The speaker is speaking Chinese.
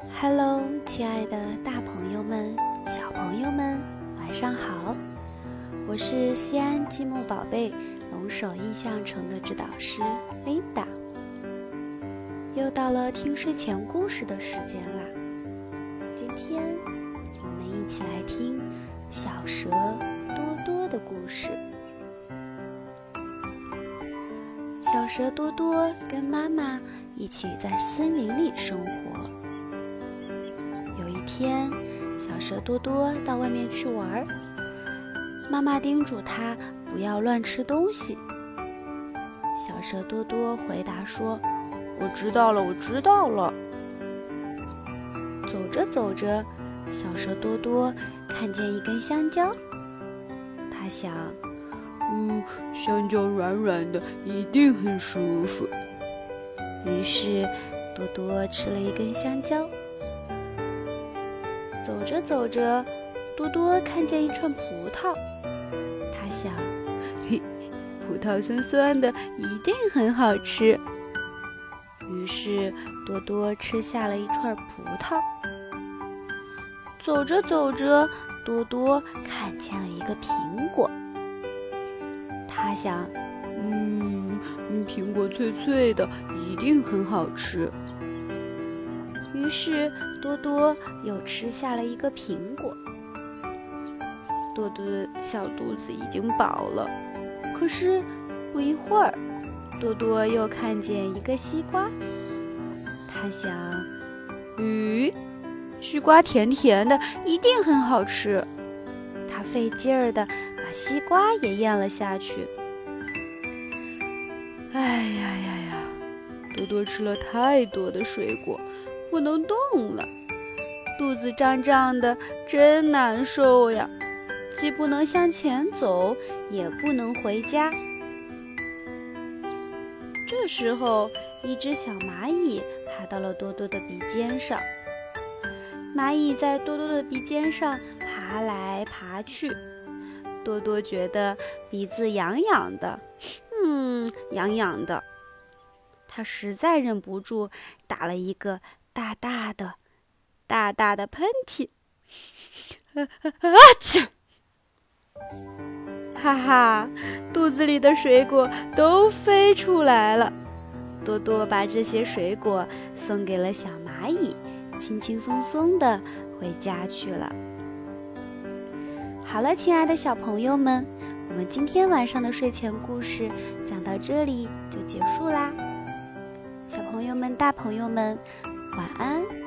Hello， 亲爱的大朋友们、小朋友们，晚上好！我是西安积木宝贝龙首印象城的指导师 Linda， 又到了听睡前故事的时间啦。今天我们一起来听小蛇多多的故事。小蛇多多跟妈妈一起在森林里生活。有一天，小蛇多多到外面去玩，妈妈叮嘱他不要乱吃东西。小蛇多多回答说：“我知道了，我知道了。”走着走着，小蛇多多看见一根香蕉，他想，香蕉软软的，一定很舒服。于是，多多吃了一根香蕉。走着走着，多多看见一串葡萄，他想，葡萄酸酸的，一定很好吃。于是，多多吃下了一串葡萄。走着走着，多多看见了一个苹果，他想，苹果脆脆的，一定很好吃。于是多多又吃下了一个苹果。多多的小肚子已经饱了，可是不一会儿，多多又看见一个西瓜，他想，西瓜甜甜的，一定很好吃。他费劲儿地把西瓜也咽了下去。哎呀，多多吃了太多的水果，不能动了，肚子胀胀的，真难受呀！既不能向前走，也不能回家。这时候，一只小蚂蚁爬到了多多的鼻尖上。蚂蚁在多多的鼻尖上爬来爬去，多多觉得鼻子痒痒的，痒痒的。他实在忍不住，打了一个大大的喷嚏，哈哈，肚子里的水果都飞出来了。多多把这些水果送给了小蚂蚁，轻轻松松地回家去了。好了，亲爱的小朋友们，我们今天晚上的睡前故事讲到这里就结束啦。小朋友们、大朋友们，晚安。